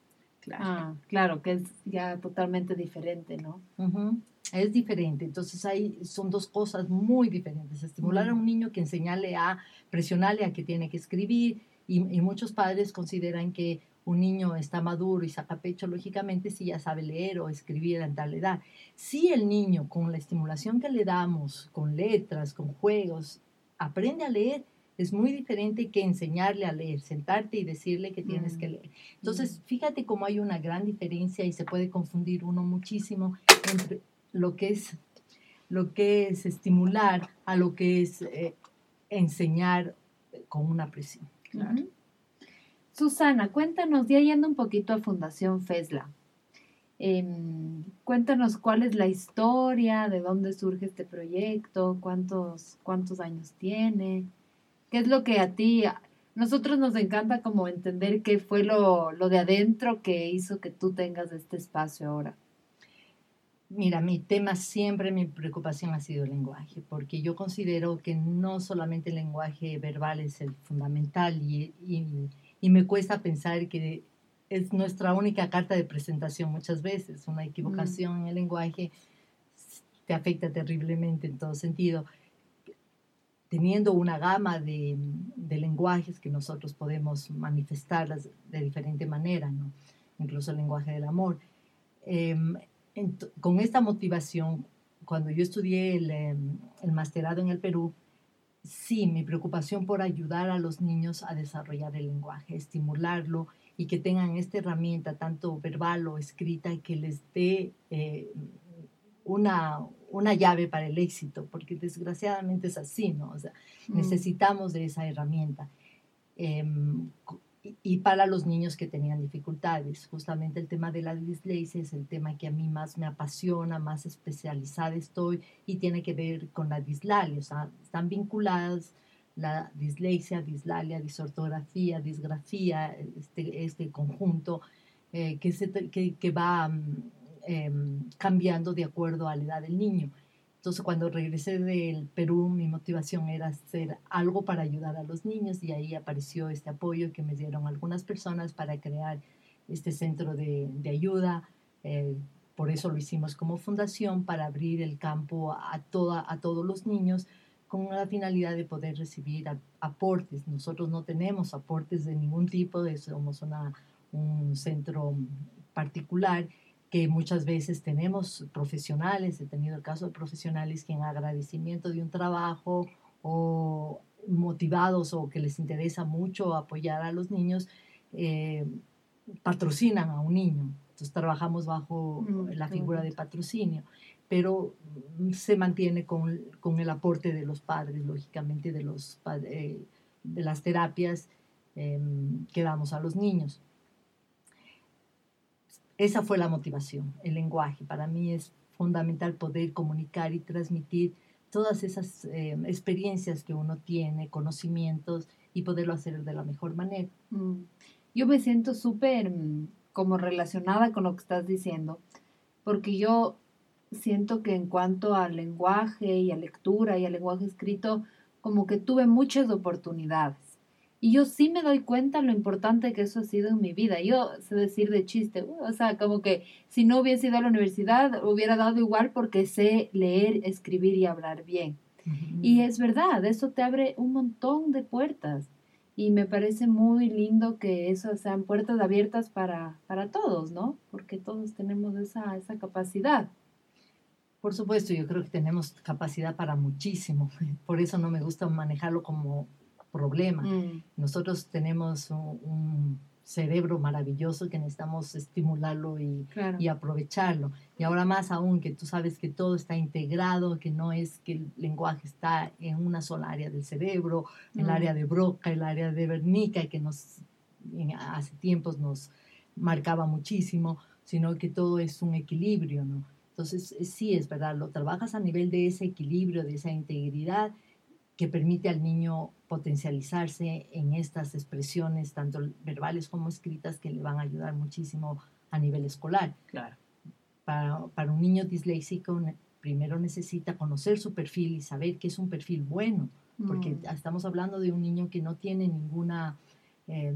Claro. Claro, que es ya totalmente diferente, ¿no? Ujú. Es diferente. Entonces son dos cosas muy diferentes. Estimular a un niño que presionarle a que tiene que escribir. Y muchos padres consideran que un niño está maduro y saca pecho, lógicamente, si ya sabe leer o escribir en tal edad. Si el niño, con la estimulación que le damos, con letras, con juegos, aprende a leer, es muy diferente que enseñarle a leer, sentarte y decirle que tienes que leer. Entonces, fíjate cómo hay una gran diferencia y se puede confundir uno muchísimo entre lo que es estimular a lo que es enseñar con una presión. Claro. Susana, cuéntanos, ya yendo un poquito a Fundación FESLA, cuéntanos cuál es la historia, de dónde surge este proyecto, cuántos años tiene, qué es lo que nosotros nos encanta como entender qué fue lo de adentro que hizo que tú tengas este espacio ahora. Mira, mi preocupación ha sido el lenguaje, porque yo considero que no solamente el lenguaje verbal es el fundamental y me cuesta pensar que es nuestra única carta de presentación muchas veces. Una equivocación en el lenguaje te afecta terriblemente en todo sentido. Teniendo una gama de lenguajes que nosotros podemos manifestarlas de diferente manera, ¿no? Incluso el lenguaje del amor. Con esta motivación, cuando yo estudié el masterado en el Perú, sí, mi preocupación por ayudar a los niños a desarrollar el lenguaje, estimularlo y que tengan esta herramienta, tanto verbal o escrita, y que les dé una llave para el éxito, porque desgraciadamente es así, ¿no? O sea, necesitamos de esa herramienta. Y para los niños que tenían dificultades. Justamente el tema de la dislexia es el tema que a mí más me apasiona, más especializada estoy, y tiene que ver con la dislalia. O sea, están vinculadas la dislexia, dislalia, disortografía, disgrafía, este conjunto que va cambiando de acuerdo a la edad del niño. Entonces, cuando regresé del Perú, mi motivación era hacer algo para ayudar a los niños, y ahí apareció este apoyo que me dieron algunas personas para crear este centro de ayuda. Por eso lo hicimos como fundación, para abrir el campo a todos los niños, con la finalidad de poder recibir aportes. Nosotros no tenemos aportes de ningún tipo, somos un centro particular, que muchas veces tenemos profesionales. He tenido el caso de profesionales que, en agradecimiento de un trabajo o motivados o que les interesa mucho apoyar a los niños, patrocinan a un niño. Entonces trabajamos bajo la figura de patrocinio, pero se mantiene con el aporte de los padres, lógicamente, de las terapias que damos a los niños. Esa fue la motivación, el lenguaje. Para mí es fundamental poder comunicar y transmitir todas esas experiencias que uno tiene, conocimientos, y poderlo hacer de la mejor manera. Yo me siento súper como relacionada con lo que estás diciendo, porque yo siento que en cuanto al lenguaje y a lectura y al lenguaje escrito, como que tuve muchas oportunidades. Y yo sí me doy cuenta lo importante que eso ha sido en mi vida. Yo sé decir de chiste, o sea, como que si no hubiese ido a la universidad, hubiera dado igual, porque sé leer, escribir y hablar bien. Y es verdad, eso te abre un montón de puertas. Y me parece muy lindo que eso sean puertas abiertas para todos, ¿no? Porque todos tenemos esa capacidad. Por supuesto, yo creo que tenemos capacidad para muchísimo. Por eso no me gusta manejarlo como problema. Nosotros tenemos un cerebro maravilloso que necesitamos estimularlo y aprovecharlo. Y ahora más aún, que tú sabes que todo está integrado, que no es que el lenguaje está en una sola área del cerebro, el área de Broca, el área de Wernicke, que hace tiempos nos marcaba muchísimo, sino que todo es un equilibrio, ¿no? Entonces, sí, es verdad, lo trabajas a nivel de ese equilibrio, de esa integridad, que permite al niño potencializarse en estas expresiones, tanto verbales como escritas, que le van a ayudar muchísimo a nivel escolar. Claro. Para un niño disléxico, primero necesita conocer su perfil y saber que es un perfil bueno, porque estamos hablando de un niño que no tiene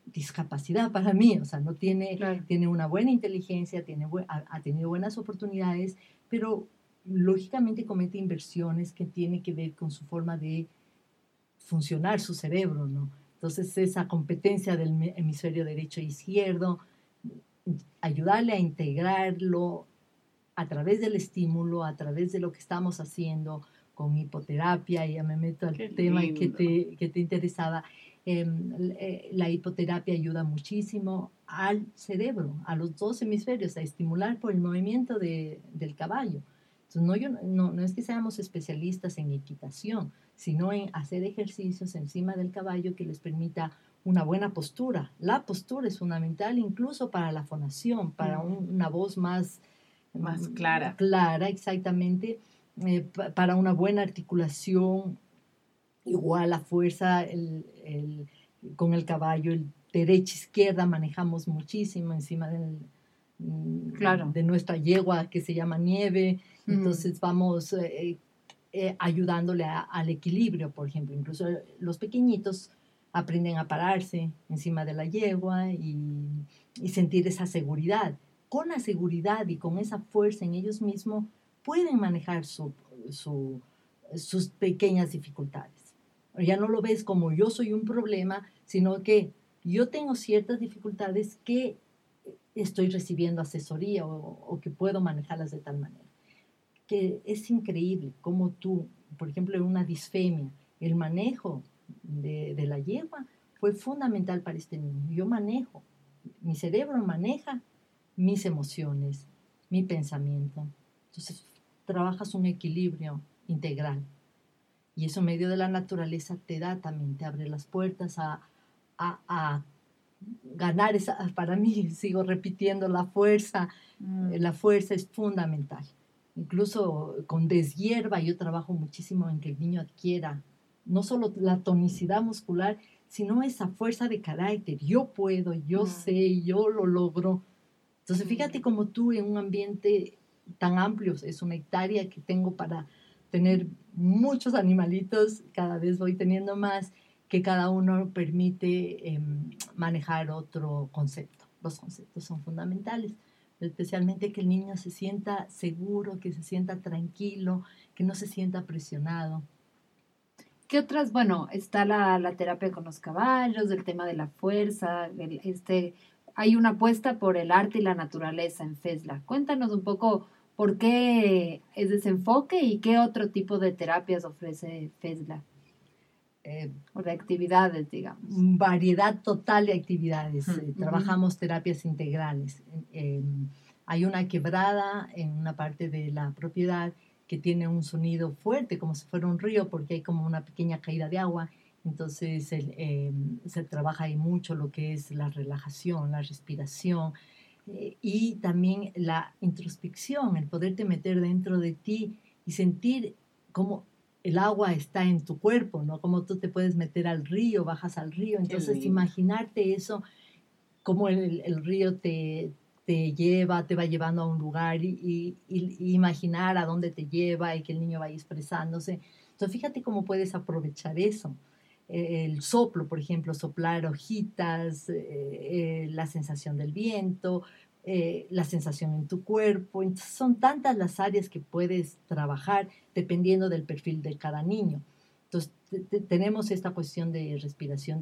discapacidad para mí, o sea, no tiene, Claro. tiene una buena inteligencia, ha tenido buenas oportunidades, pero lógicamente comete inversiones que tienen que ver con su forma de funcionar su cerebro, ¿no? Entonces, esa competencia del hemisferio derecho e izquierdo, ayudarle a integrarlo a través del estímulo, a través de lo que estamos haciendo con hipoterapia, y ya me meto al Qué tema lindo. que te interesaba. La hipoterapia ayuda muchísimo al cerebro, a los dos hemisferios, a estimular por el movimiento del caballo. Entonces, no es que seamos especialistas en equitación, sino en hacer ejercicios encima del caballo que les permita una buena postura. La postura es fundamental incluso para la fonación, para una voz más clara. Clara, exactamente, para una buena articulación, igual la fuerza con el caballo, el derecha-izquierda manejamos muchísimo encima Claro. de nuestra yegua que se llama Nieve, entonces vamos ayudándole al equilibrio, por ejemplo, incluso los pequeñitos aprenden a pararse encima de la yegua y sentir esa seguridad. Con la seguridad y con esa fuerza en ellos mismos pueden manejar sus pequeñas dificultades. Ya no lo ves como yo soy un problema, sino que yo tengo ciertas dificultades que estoy recibiendo asesoría o que puedo manejarlas de tal manera. Que es increíble cómo tú, por ejemplo, en una disfemia, el manejo de la yegua fue fundamental para este niño. Yo manejo, mi cerebro maneja mis emociones, mi pensamiento. Entonces, trabajas un equilibrio integral. Y eso en medio de la naturaleza te da también, te abre las puertas a ganar esa, para mí, sigo repitiendo, la fuerza es fundamental. Incluso con deshierva yo trabajo muchísimo en que el niño adquiera no solo la tonicidad muscular, sino esa fuerza de carácter. Yo puedo, yo sé, yo lo logro. Entonces, fíjate como tú en un ambiente tan amplio, es una hectárea que tengo para tener muchos animalitos, cada vez voy teniendo más, que cada uno permite manejar otro concepto. Los conceptos son fundamentales, especialmente que el niño se sienta seguro, que se sienta tranquilo, que no se sienta presionado. ¿Qué otras? Bueno, está la terapia con los caballos, el tema de la fuerza, hay una apuesta por el arte y la naturaleza en FESLA. Cuéntanos un poco por qué es ese enfoque y qué otro tipo de terapias ofrece FESLA. O de actividades, digamos. Variedad total de actividades. Trabajamos terapias integrales. Hay una quebrada en una parte de la propiedad que tiene un sonido fuerte, como si fuera un río, porque hay como una pequeña caída de agua. Entonces se trabaja ahí mucho lo que es la relajación, la respiración y también la introspección, el poderte meter dentro de ti y sentir cómo el agua está en tu cuerpo, ¿no? Como tú te puedes meter al río, bajas al río. Entonces, imaginarte eso, cómo el río te va llevando a un lugar y imaginar a dónde te lleva y que el niño vaya expresándose. Entonces, fíjate cómo puedes aprovechar eso. El soplo, por ejemplo, soplar hojitas, la sensación del viento, la sensación en tu cuerpo. Entonces, son tantas las áreas que puedes trabajar dependiendo del perfil de cada niño. Entonces, tenemos esta cuestión de respiración,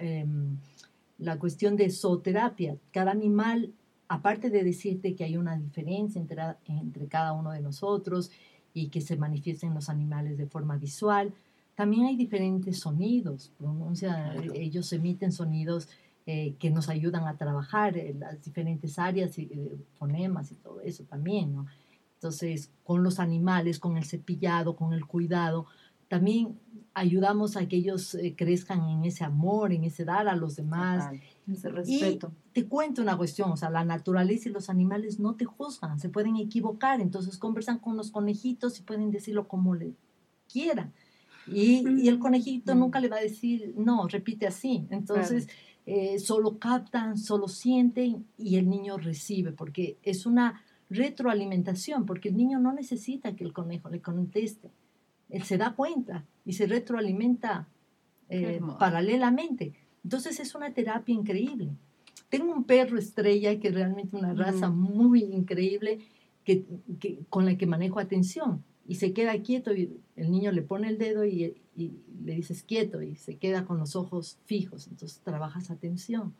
la cuestión de zooterapia. Cada animal, aparte de decirte que hay una diferencia entre cada uno de nosotros y que se manifiesta en los animales de forma visual, también hay diferentes sonidos. Ellos emiten sonidos que nos ayudan a trabajar en las diferentes áreas, fonemas y todo eso también, ¿no? Entonces, con los animales, con el cepillado, con el cuidado, también ayudamos a que ellos crezcan en ese amor, en ese dar a los demás. Total, ese respeto. Y te cuento una cuestión, o sea, la naturaleza y los animales no te juzgan, se pueden equivocar, entonces conversan con los conejitos y pueden decirlo como le quieran. Y el conejito nunca le va a decir, no, repite así. Entonces, solo captan, solo sienten y el niño recibe, porque es una retroalimentación, porque el niño no necesita que el conejo le conteste. Él se da cuenta y se retroalimenta paralelamente. Entonces es una terapia increíble. Tengo un perro estrella que es realmente una raza muy increíble con la que manejo atención. Y se queda quieto y el niño le pone el dedo y le dices quieto y se queda con los ojos fijos. Entonces trabajas atención.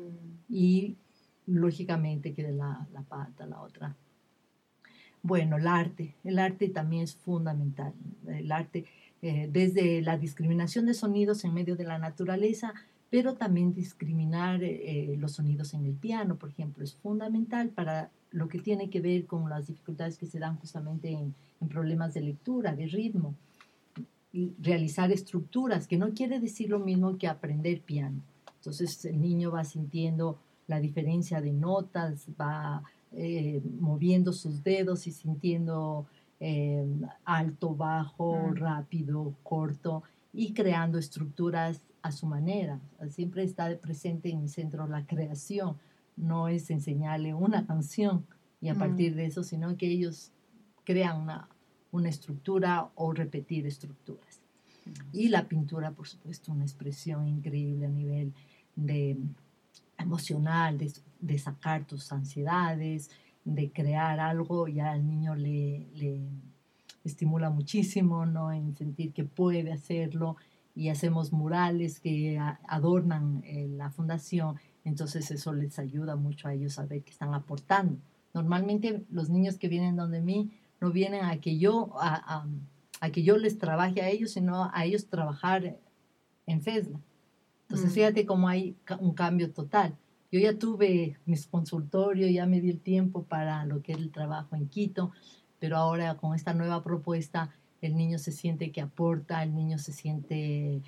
Y lógicamente que de la pata, la otra. Bueno, el arte también es fundamental. El arte, desde la discriminación de sonidos en medio de la naturaleza, pero también discriminar los sonidos en el piano, por ejemplo, es fundamental para lo que tiene que ver con las dificultades que se dan justamente en problemas de lectura, de ritmo. Y realizar estructuras, que no quiere decir lo mismo que aprender piano. Entonces el niño va sintiendo la diferencia de notas, va moviendo sus dedos y sintiendo alto, bajo, rápido, corto y creando estructuras a su manera. Siempre está presente en mi centro la creación, no es enseñarle una canción y a partir de eso, sino que ellos crean una estructura o repetir estructuras. Y la pintura, por supuesto, una expresión increíble a nivel emocional, de sacar tus ansiedades, de crear algo, ya al niño le estimula muchísimo, ¿no? En sentir que puede hacerlo, y hacemos murales que adornan la fundación, entonces eso les ayuda mucho a ellos a ver que están aportando. Normalmente los niños que vienen donde mí no vienen a que yo les trabaje a ellos, sino a ellos trabajar en FESLA. Entonces, fíjate cómo hay un cambio total. Yo ya tuve mis consultorios, ya me di el tiempo para lo que es el trabajo en Quito, pero ahora con esta nueva propuesta, el niño se siente que aporta, el niño se siente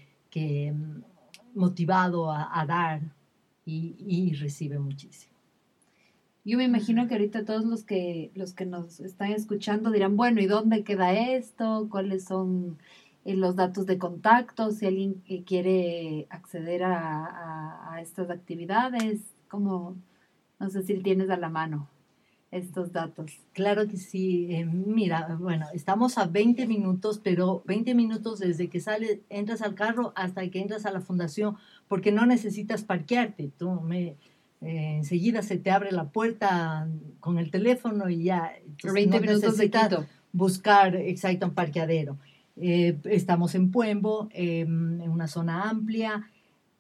motivado a dar y recibe muchísimo. Yo me imagino que ahorita todos los que nos están escuchando dirán, bueno, ¿y dónde queda esto? ¿Cuáles son los datos de contacto? Si alguien quiere acceder a estas actividades, ¿cómo? No sé si tienes a la mano estos datos. Claro que sí. Mira, bueno, estamos a 20 minutos, pero 20 minutos desde que entras al carro hasta que entras a la fundación, porque no necesitas parquearte. Enseguida se te abre la puerta con el teléfono y ya. 20 minutos de Quito. Buscar, exacto, un parqueadero. Estamos en Puembo, en una zona amplia.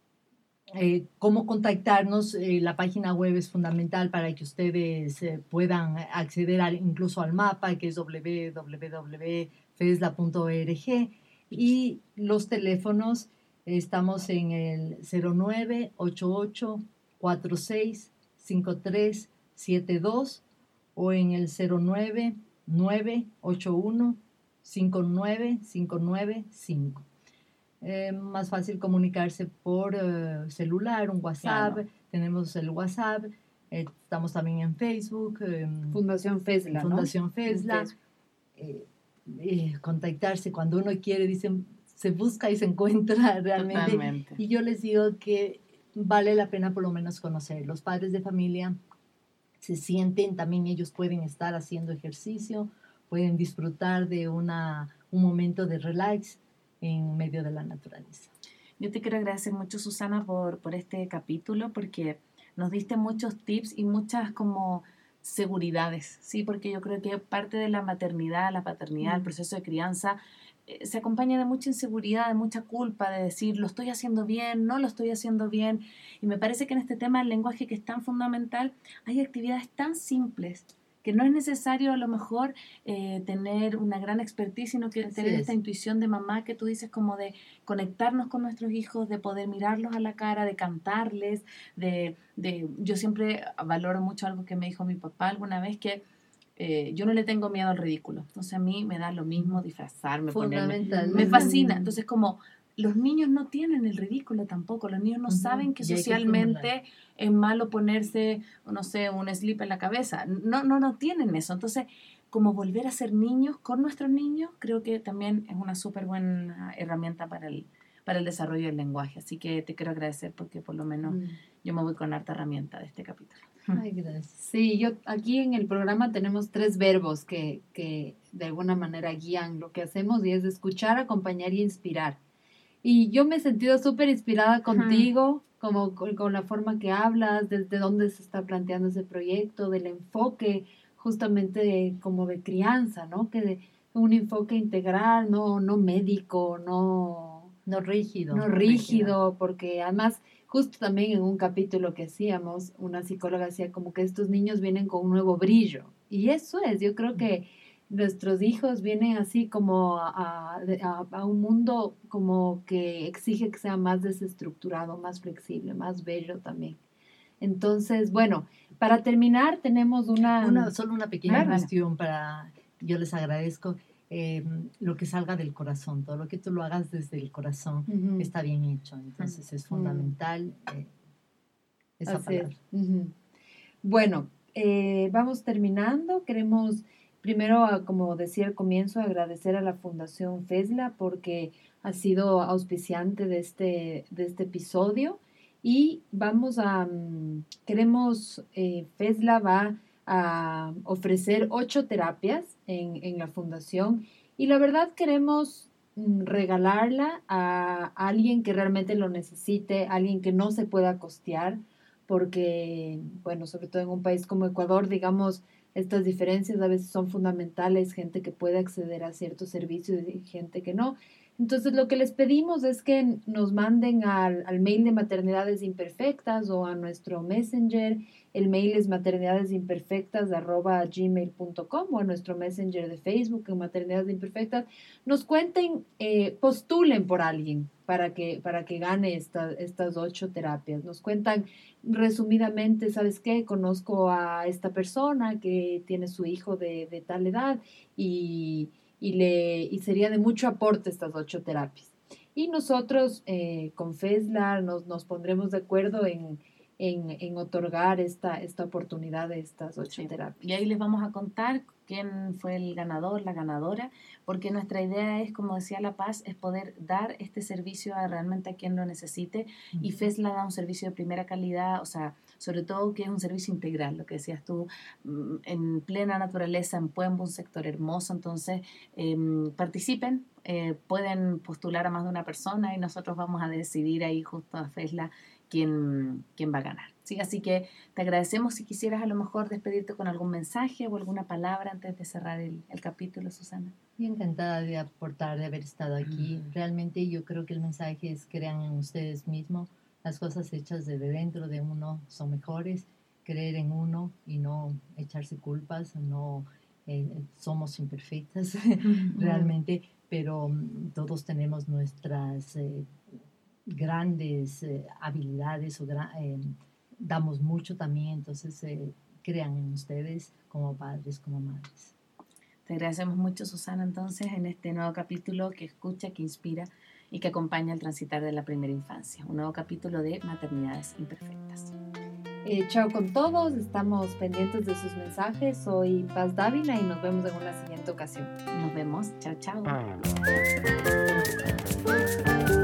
Cómo contactarnos, la página web es fundamental para que ustedes puedan acceder incluso al mapa, que es www.fesla.org, y los teléfonos, estamos en el 0988-465372 o en el 09981-595995. Más fácil comunicarse por celular, un WhatsApp. Claro. Tenemos el WhatsApp, estamos también en Facebook. Fundación FESLA, Fundación ¿no? FESLA. Contactarse cuando uno quiere, dicen, se busca y se encuentra realmente. Totalmente. Y yo les digo que vale la pena por lo menos conocer. Los padres de familia se sienten, también ellos pueden estar haciendo ejercicio, pueden disfrutar de un momento de relax en medio de la naturaleza. Yo te quiero agradecer mucho, Susana, por este capítulo, porque nos diste muchos tips y muchas como seguridades, ¿sí? Porque yo creo que parte de la maternidad, la paternidad, el proceso de crianza, se acompaña de mucha inseguridad, de mucha culpa, de decir, lo estoy haciendo bien, no lo estoy haciendo bien. Y me parece que en este tema del lenguaje, que es tan fundamental, hay actividades tan simples que no es necesario a lo mejor tener una gran expertise, sino que tener esta intuición de mamá que tú dices, como de conectarnos con nuestros hijos, de poder mirarlos a la cara, de cantarles, yo siempre valoro mucho algo que me dijo mi papá alguna vez, que yo no le tengo miedo al ridículo. Entonces a mí me da lo mismo disfrazarme, ponerme, me fascina. Entonces como los niños no tienen el ridículo tampoco, los niños no saben que socialmente es malo ponerse, no sé, un slip en la cabeza, no tienen eso. Entonces, como volver a ser niños con nuestros niños, creo que también es una súper buena herramienta para el desarrollo del lenguaje. Así que te quiero agradecer, porque por lo menos yo me voy con harta herramienta de este capítulo. Ay, gracias. Sí, aquí en el programa tenemos 3 verbos que de alguna manera guían lo que hacemos, y es escuchar, acompañar y inspirar. Y yo me he sentido súper inspirada contigo, como con la forma que hablas, desde dónde se está planteando ese proyecto, del enfoque justamente como de crianza, ¿no? Un enfoque integral, no médico, No rígido. no rígido, porque además, justo también en un capítulo que hacíamos, una psicóloga decía como que estos niños vienen con un nuevo brillo. Y eso es, yo creo que nuestros hijos vienen así como a un mundo como que exige que sea más desestructurado, más flexible, más bello también. Entonces, bueno, para terminar tenemos Solo una pequeña Claro. cuestión yo les agradezco lo que salga del corazón, todo lo que tú lo hagas desde el corazón Ujú. está bien hecho, entonces es fundamental esa Así es. palabra. Ujú. Bueno, vamos terminando. Queremos primero, como decía al comienzo, agradecer a la Fundación FESLA porque ha sido auspiciante de este episodio. Y FESLA va a ofrecer 8 terapias en la fundación. Y la verdad queremos regalarla a alguien que realmente lo necesite, alguien que no se pueda costear porque, bueno, sobre todo en un país como Ecuador, digamos, estas diferencias a veces son fundamentales, gente que puede acceder a ciertos servicios y gente que no. Entonces, lo que les pedimos es que nos manden al mail de Maternidades Imperfectas o a nuestro Messenger. El mail es maternidadesimperfectas@gmail.com o a nuestro Messenger de Facebook en Maternidades Imperfectas. Nos cuenten, postulen por alguien para que gane estas 8 terapias. Nos cuentan resumidamente, ¿sabes qué? Conozco a esta persona que tiene su hijo de tal edad y sería de mucho aporte estas 8 terapias. Y nosotros con FESLA nos pondremos de acuerdo en otorgar esta oportunidad de estas 8 terapias. Y ahí les vamos a contar quién fue el ganador, la ganadora, porque nuestra idea es, como decía La Paz, es poder dar este servicio realmente a quien lo necesite. Y FESLA da un servicio de primera calidad, o sea, sobre todo que es un servicio integral, lo que decías tú, en plena naturaleza, en Puembo, un sector hermoso. Entonces, participen, pueden postular a más de una persona y nosotros vamos a decidir ahí justo a FESLA quién va a ganar. ¿Sí? Así que te agradecemos. Si quisieras a lo mejor despedirte con algún mensaje o alguna palabra antes de cerrar el capítulo, Susana. Y encantada de aportar, de haber estado aquí. Realmente yo creo que el mensaje es: crean en ustedes mismos. Las cosas hechas desde dentro de uno son mejores. Creer en uno y no echarse culpas. No somos imperfectas realmente, pero todos tenemos nuestras grandes habilidades damos mucho también, entonces crean en ustedes como padres, como madres. Te agradecemos mucho, Susana, entonces, en este nuevo capítulo que escucha, que inspira y que acompaña al transitar de la primera infancia. Un nuevo capítulo de Maternidades Imperfectas. Chao con todos, estamos pendientes de sus mensajes. Soy Paz Dávila y nos vemos en una siguiente ocasión. Nos vemos. Chao, chao.